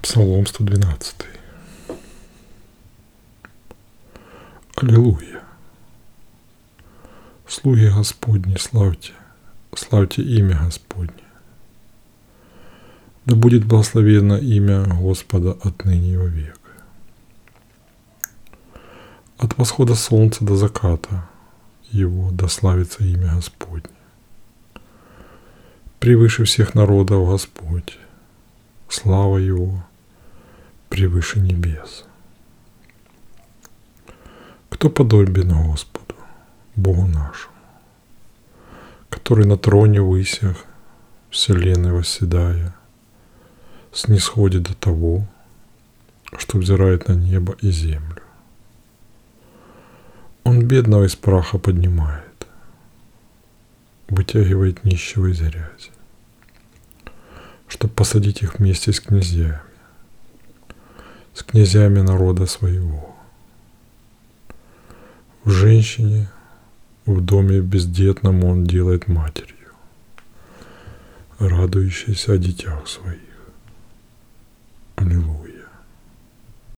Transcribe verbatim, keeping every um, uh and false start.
Псалом сто двенадцатый. Аллилуйя! Слуги Господни, славьте, славьте имя Господне. Да будет благословенно имя Господа отныне и вовек. От восхода солнца до заката его да славится имя Господне. Превыше всех народов Господь, слава Его превыше небес. Кто подобен Господу, Богу нашему, который на троне в высях вселенной восседая, снисходит до того, что взирает на небо и землю. Он бедного из праха поднимает, вытягивает нищего из грязи, чтобы посадить их вместе с князьями, с князьями народа своего. В женщине, в доме бездетном он делает матерью, радующейся о детях своих.